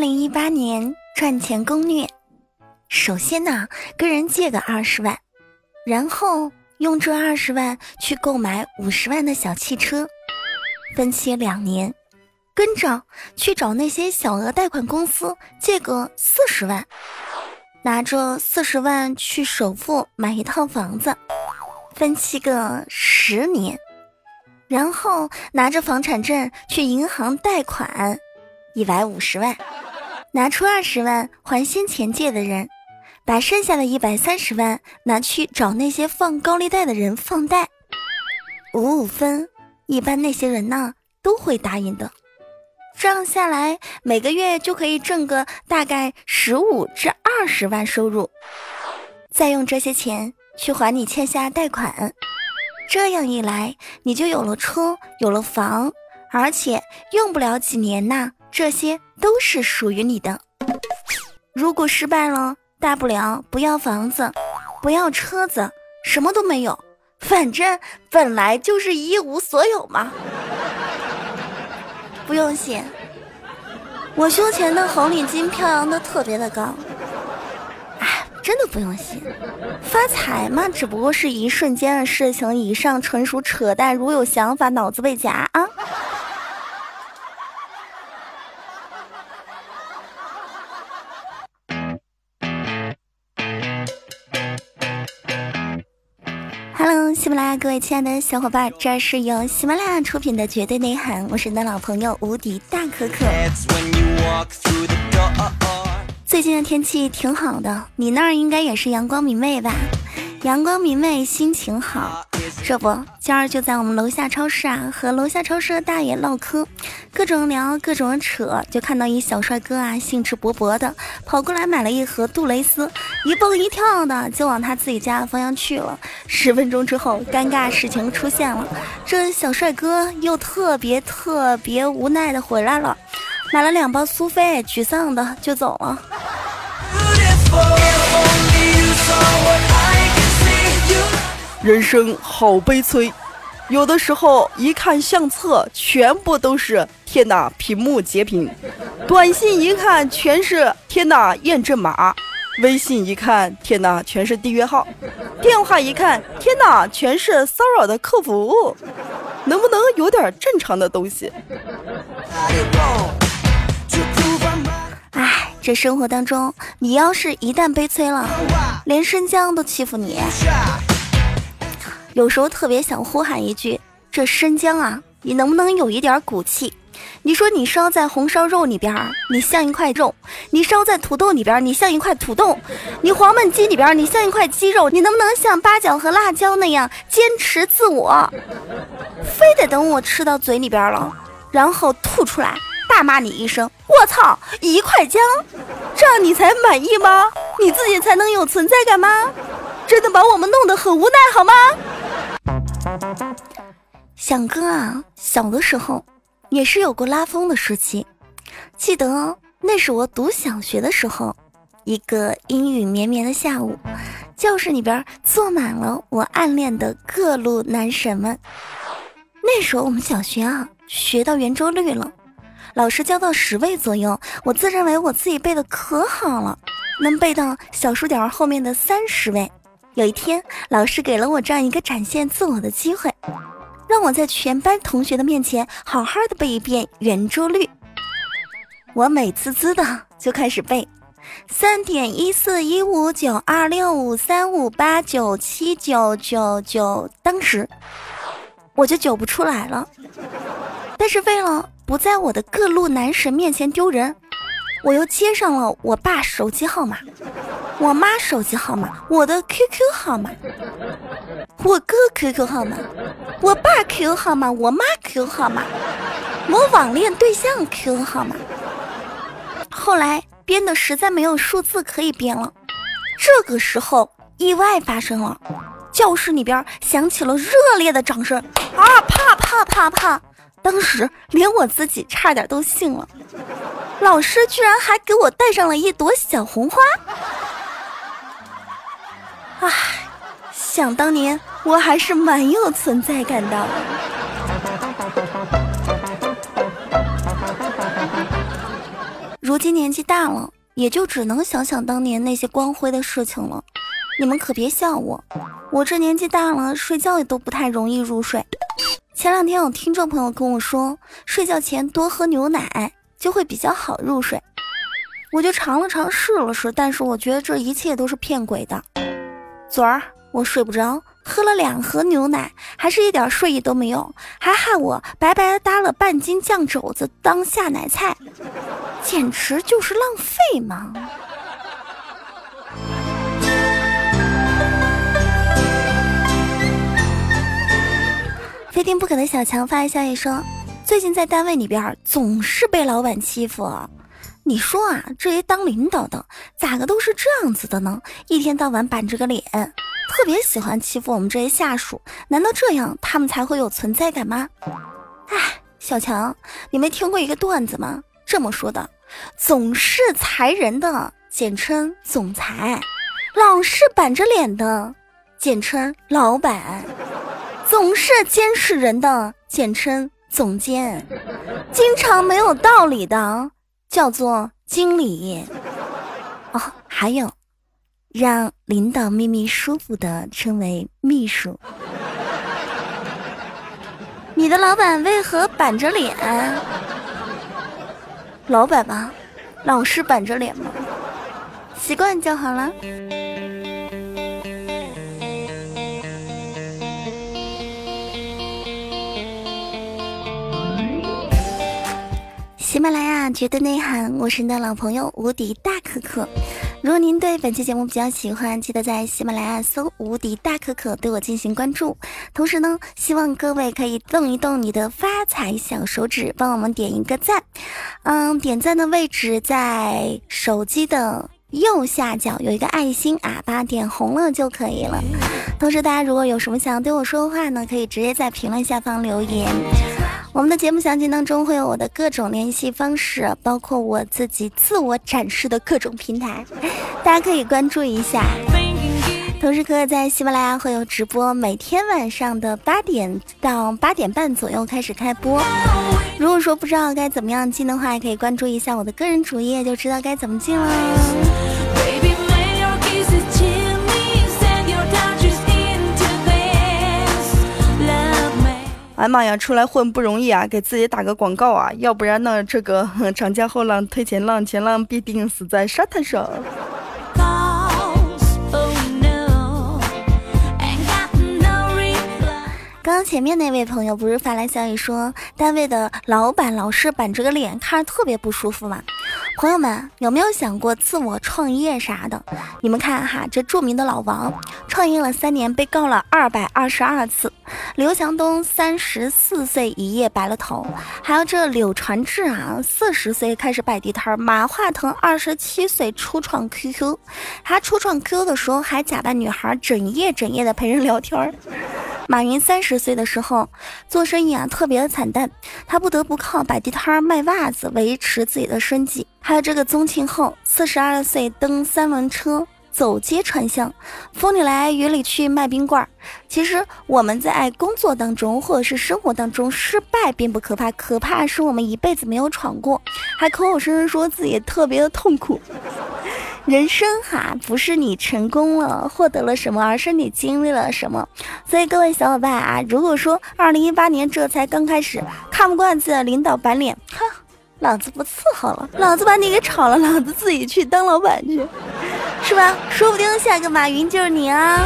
2018年赚钱攻略。首先呢，跟人借个20万，然后用这20万去购买50万的小汽车，分期2年，跟着去找那些小额贷款公司借个40万，拿着40万去首付买一套房子，分期个10年，然后拿着房产证去银行贷款150万，拿出20万还先前借的人，把剩下的130万拿去找那些放高利贷的人放贷，55分，一般那些人呢都会答应的。这样下来，每个月就可以挣个大概15至20万收入，再用这些钱去还你欠下贷款。这样一来，你就有了车，有了房，而且用不了几年呐，这些都是属于你的。如果失败了，大不了不要房子，不要车子，什么都没有，反正本来就是一无所有嘛。不用谢，我胸前的红领巾飘扬的特别的高，真的不用谢。发财嘛，只不过是一瞬间的事情，以上纯属扯淡，如有想法脑子被夹啊。Hello， 喜马拉雅各位亲爱的小伙伴，这是由喜马拉雅出品的绝对内涵，我是你的老朋友无敌大可可。最近的天气挺好的，你那儿应该也是阳光明媚吧？阳光明媚，心情好。这不，今儿就在我们楼下超市啊，和楼下超市的大爷唠嗑，各种聊，各种扯，就看到一小帅哥啊，兴致勃勃的跑过来买了一盒杜蕾斯，一蹦一跳的就往他自己家的方向去了。10分钟之后，尴尬事情出现了，这小帅哥又特别无奈的回来了，买了2包苏菲，沮丧的就走了。 人生好悲催，有的时候一看相册全部都是天哪屏幕截屏，短信一看全是天哪验证码，微信一看天哪全是订阅号，电话一看天哪全是骚扰的客服，能不能有点正常的东西？ 这生活当中，你要是一旦悲催了，连生姜都欺负你。有时候特别想呼喊一句，这生姜啊，你能不能有一点骨气？你说你烧在红烧肉里边，你像一块肉；你烧在土豆里边，你像一块土豆；你黄焖鸡里边，你像一块鸡肉。你能不能像八角和辣椒那样坚持自我？非得等我吃到嘴里边了，然后吐出来，大骂你一声，我操，1块姜，这样你才满意吗？你自己才能有存在感吗？真的把我们弄得很无奈好吗？想哥啊，小的时候也是有过拉风的时期，记得那是我读小学的时候，一个阴雨绵绵的下午，教室里边坐满了我暗恋的各路男神们。那时候我们小学啊，学到圆周率了，老师教到10位左右，我自认为我自己背的可好了，能背到小数点后面的30位。有一天，老师给了我这样一个展现自我的机会，让我在全班同学的面前好好的背一遍圆周率。我美滋滋的就开始背3.14159265358979999，当时我就9不出来了。但是为了不在我的各路男神面前丢人，我又接上了我爸手机号码，我妈手机号码，我的 QQ 号码，我哥 QQ 号码，我爸 QQ 号码，我妈 QQ 号码，我网恋对象 QQ 号码。后来编的实在没有数字可以编了，这个时候意外发生了，教室里边响起了热烈的掌声啊！啪啪啪啪，当时连我自己差点都信了，老师居然还给我带上了一朵小红花。唉，想当年我还是蛮有存在感的。如如今年纪大了，也就只能想想当年那些光辉的事情了。你们可别笑我，我这年纪大了，睡觉也都不太容易入睡。前两天有听众朋友跟我说，睡觉前多喝牛奶就会比较好入睡。我就尝了尝试了试，但是我觉得这一切都是骗鬼的。昨儿我睡不着，喝了2盒牛奶，还是一点睡意都没有，还害我白白搭了半斤酱肘子当下奶菜，简直就是浪费嘛！非听不可的小强发来消息说，最近在单位里边总是被老板欺负啊。你说啊，这些当领导的咋个都是这样子的呢？一天到晚板着个脸，特别喜欢欺负我们这些下属，难道这样他们才会有存在感吗？哎，小强，你没听过一个段子吗？这么说的，总是裁人的简称总裁，老是板着脸的简称老板，总是监视人的简称总监，经常没有道理的叫做经理。哦，还有让领导秘密舒服的称为秘书。你的老板为何板着脸？老板吧，老是板着脸吗？习惯就好了。喜马拉雅绝对内涵，我是你的老朋友无敌大可可。如果您对本期节目比较喜欢，记得在喜马拉雅搜无敌大可可对我进行关注。同时呢，希望各位可以动一动你的发财小手指，帮我们点一个赞。点赞的位置在手机的右下角有一个爱心啊，把它点红了就可以了。同时大家如果有什么想要对我说的话呢，可以直接在评论下方留言。我们的节目详情当中会有我的各种联系方式，包括我自己自我展示的各种平台，大家可以关注一下。同时可以在喜马拉雅会有直播，每天晚上的8点到8点半左右开始开播。如果说不知道该怎么样进的话，也可以关注一下我的个人主页，就知道该怎么进了。 哎妈呀，出来混不容易啊，给自己打个广告啊，要不然呢，这个长江后浪推前浪，前浪必定死在沙滩上。刚刚前面那位朋友不是发来消息说，单位的老板老是板着个脸，看着特别不舒服吗？朋友们有没有想过自我创业啥的？你们看哈，这著名的老王创业了3年，被告了222次；刘强东34岁一夜白了头，还有这柳传志啊，40岁开始摆地摊，马化腾27岁初创 QQ， 他初创 QQ 的时候还假扮女孩，整夜的陪人聊天。马云30岁的时候做生意啊特别的惨淡，他不得不靠摆地摊卖袜子维持自己的生计。还有这个宗庆后42岁蹬3轮车走街串巷，风里来雨里去卖冰棍。其实我们在工作当中或者是生活当中失败并不可怕，可怕是我们一辈子没有闯过，还口口声声说自己特别的痛苦。人生哈，不是你成功了获得了什么，而是你经历了什么。所以各位小伙伴啊，如果说2018年这才刚开始，看不惯自己的领导板脸，哈，老子不伺候了，老子把你给炒了，老子自己去当老板去，是吧？说不定下个马云就是你啊。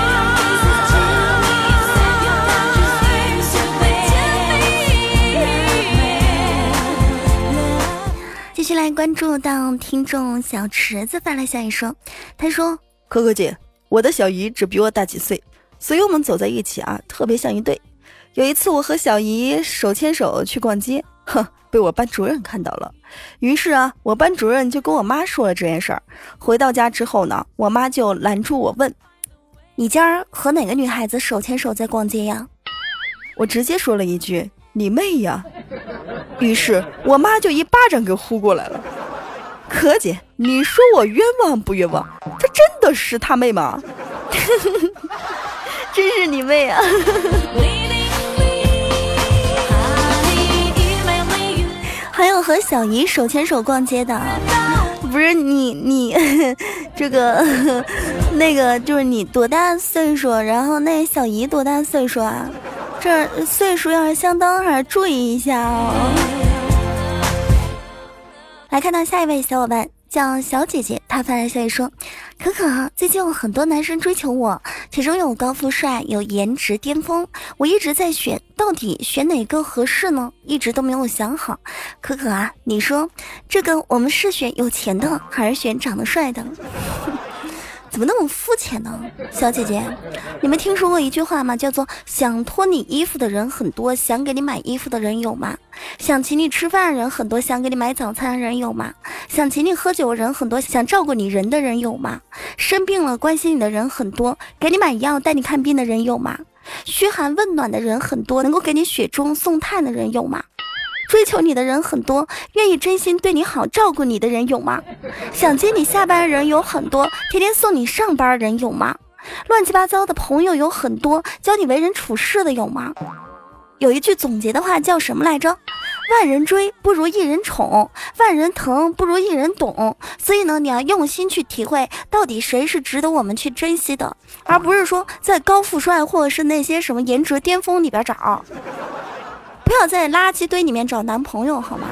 继续来关注到听众小池子发来消息说，他说，可可姐，我的小姨只比我大几岁，所以我们走在一起啊特别像一对。有一次我和小姨手牵手去逛街，被我班主任看到了，于是啊我班主任就跟我妈说了这件事儿。回到家之后呢，我妈就拦住我问，你今儿和哪个女孩子手牵手在逛街呀？我直接说了一句，你妹呀！于是我妈就一巴掌给呼过来了。可姐，你说我冤枉不冤枉？这真的是他妹吗？真是你妹啊！还有和小姨手牵手逛街的，不是你这个那个就是你多大岁数，然后那小姨多大岁数啊？这岁数要是相当，还是注意一下哦。来看到下一位小伙伴叫小姐姐，她发来消息说，可可，最近有很多男生追求我，其中有高富帅，有颜值巅峰，我一直在选，到底选哪个合适呢？一直都没有想好。可可啊，你说这个我们是选有钱的，还是选长得帅的？怎么那么肤浅呢？小姐姐，你们听说过一句话吗？叫做想脱你衣服的人很多，想给你买衣服的人有吗？想请你吃饭的人很多，想给你买早餐的人有吗？想请你喝酒的人很多，想照顾你人的人有吗？生病了关心你的人很多，给你买药带你看病的人有吗？嘘寒问暖的人很多，能够给你雪中送炭的人有吗？追求你的人很多，愿意真心对你好照顾你的人有吗？想接你下班的人有很多，天天送你上班的人有吗？乱七八糟的朋友有很多，教你为人处事的有吗？有一句总结的话叫什么来着？万人追不如一人宠，万人疼不如一人懂。所以呢，你要用心去体会到底谁是值得我们去珍惜的，而不是说在高富帅或者是那些什么颜值巅峰里边找，不要在垃圾堆里面找男朋友好吗？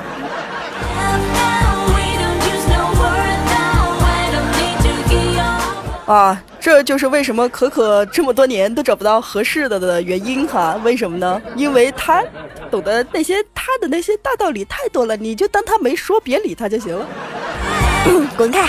啊，这就是为什么可可这么多年都找不到合适的原因哈。为什么呢？因为他懂得他的那些大道理太多了，你就当他没说，别理他就行了。 滚开！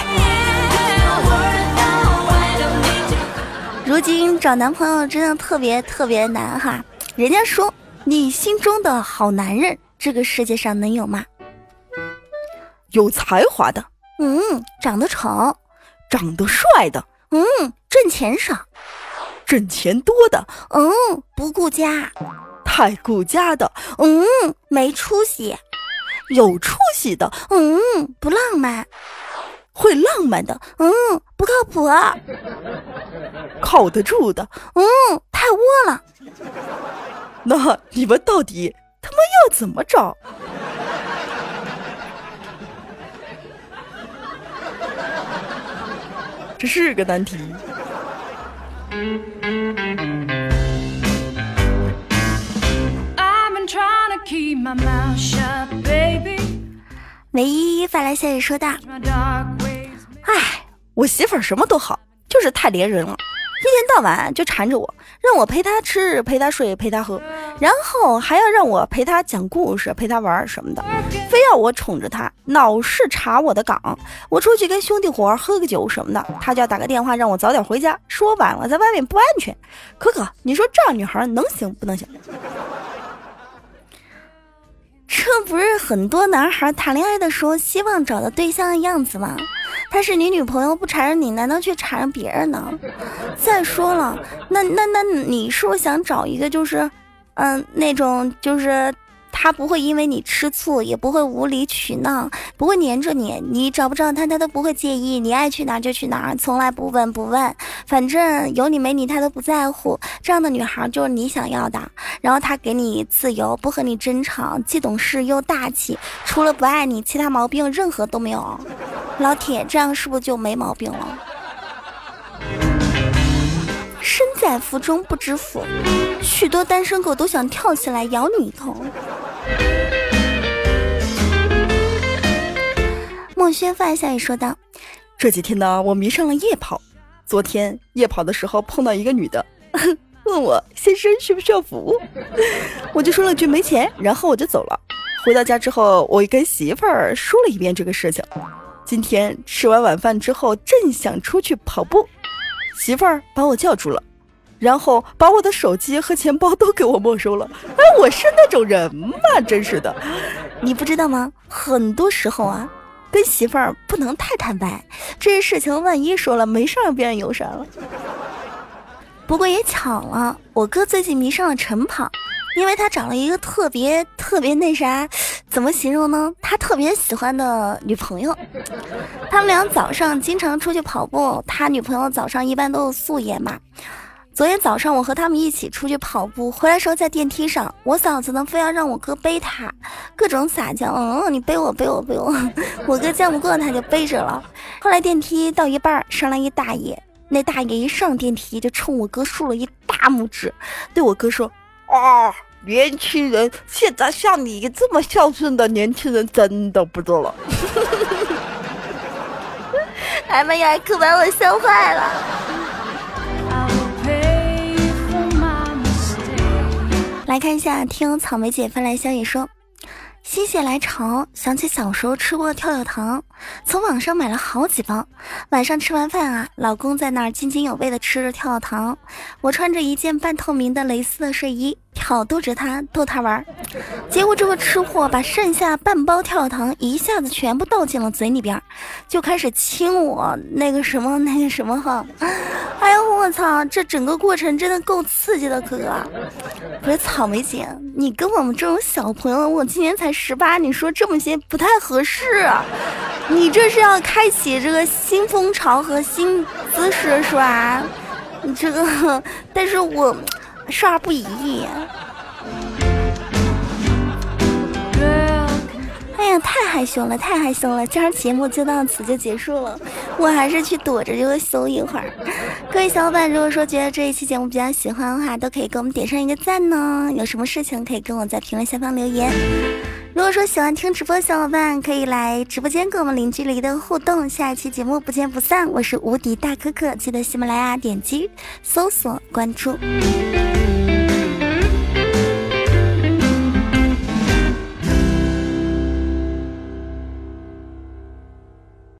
如今找男朋友真的特别难哈。人家说你心中的好男人，这个世界上能有吗？ 有才华的， 长得丑， 长得帅的， 挣钱少， 挣钱多的， 不顾家， 太顾家的， 没出息， 有出息的， 不浪漫， 会浪漫的， 不靠谱， 靠得住的， 太窝了。 那你们到底他妈要怎么找？这是个难题。 唯一发来消息说道， 我媳妇儿什么都好，就是太连人了，一天到晚就缠着我，让我陪她吃陪她睡陪她喝，然后还要让我陪她讲故事陪她玩什么的，非要我宠着她，老是查我的岗，我出去跟兄弟伙喝个酒什么的，她就要打个电话让我早点回家，说晚了在外面不安全。可可，你说这样女孩能行不能行？ 这不是很多男孩谈恋爱的时候希望找的对象的样子吗？他是你女朋友不缠着你，难道去缠着别人呢？再说了，那你是不是想找一个就是那种就是他不会因为你吃醋，也不会无理取闹，不会黏着你，你找不着他都不会介意，你爱去哪就去哪，从来不问，反正有你没你他都不在乎，这样的女孩就是你想要的。然后他给你自由，不和你争吵，既懂事又大气，除了不爱你其他毛病任何都没有。老铁，这样是不是就没毛病了？身在福中不知福，许多单身狗都想跳起来咬你一口。墨轩发下也说道， 这几天呢，我迷上了夜跑，昨天夜跑的时候碰到一个女的问我先生需不需要服务，我就说了句没钱，然后我就走了。回到家之后，我跟媳妇儿说了一遍这个事情。今天吃完晚饭之后，正想出去跑步，媳妇儿把我叫住了，然后把我的手机和钱包都给我没收了。我是那种人吗？真是的。 你不知道吗？很多时候啊，跟媳妇儿不能太坦白，这些事情万一说了没事让别人有啥了。不过也巧了，我哥最近迷上了晨跑，因为他找了一个特别那啥，怎么形容呢？他特别喜欢的女朋友，他们俩早上经常出去跑步，他女朋友早上一般都是素颜嘛， 昨天早上我和他们一起出去跑步，回来时候在电梯上，我嫂子呢非要让我哥背她，各种撒娇，你背我背我背我，我哥犟不过他就背着了。后来电梯到一半上来一大爷，那大爷一上电梯就冲我哥竖了一大拇指，对我哥说啊，年轻人现在像你这么孝顺的年轻人真的不多了。哎妈呀，可把我笑坏了。来看一下，听友草莓姐发来消息说，心血来潮，想起小时候吃过跳跳糖，从网上买了好几包。晚上吃完饭啊，老公在那儿津津有味地吃着跳跳糖，我穿着一件半透明的蕾丝的睡衣，挑逗着他，逗他玩。结果这个吃货把剩下半包跳跳糖一下子全部倒进了嘴里边，就开始亲我那个什么哈。哎呦我操，这整个过程真的够刺激的，可哥。不是草莓姐，你跟我们这种小朋友，我今年才18，你说这么些不太合适啊。你这是要开启这个新风潮和新姿势是吧？你这个，但是我少儿不宜。哎呀，太害羞了，太害羞了！今儿节目就到此就结束了，我还是去躲着就会羞一会儿。各位小伙伴，如果说觉得这一期节目比较喜欢的话，都可以给我们点上一个赞呢。有什么事情可以跟我在评论下方留言。如果说喜欢听直播小伙伴，可以来直播间跟我们零距离的互动。下一期节目不见不散，我是无敌大可可，记得喜马拉雅点击搜索关注。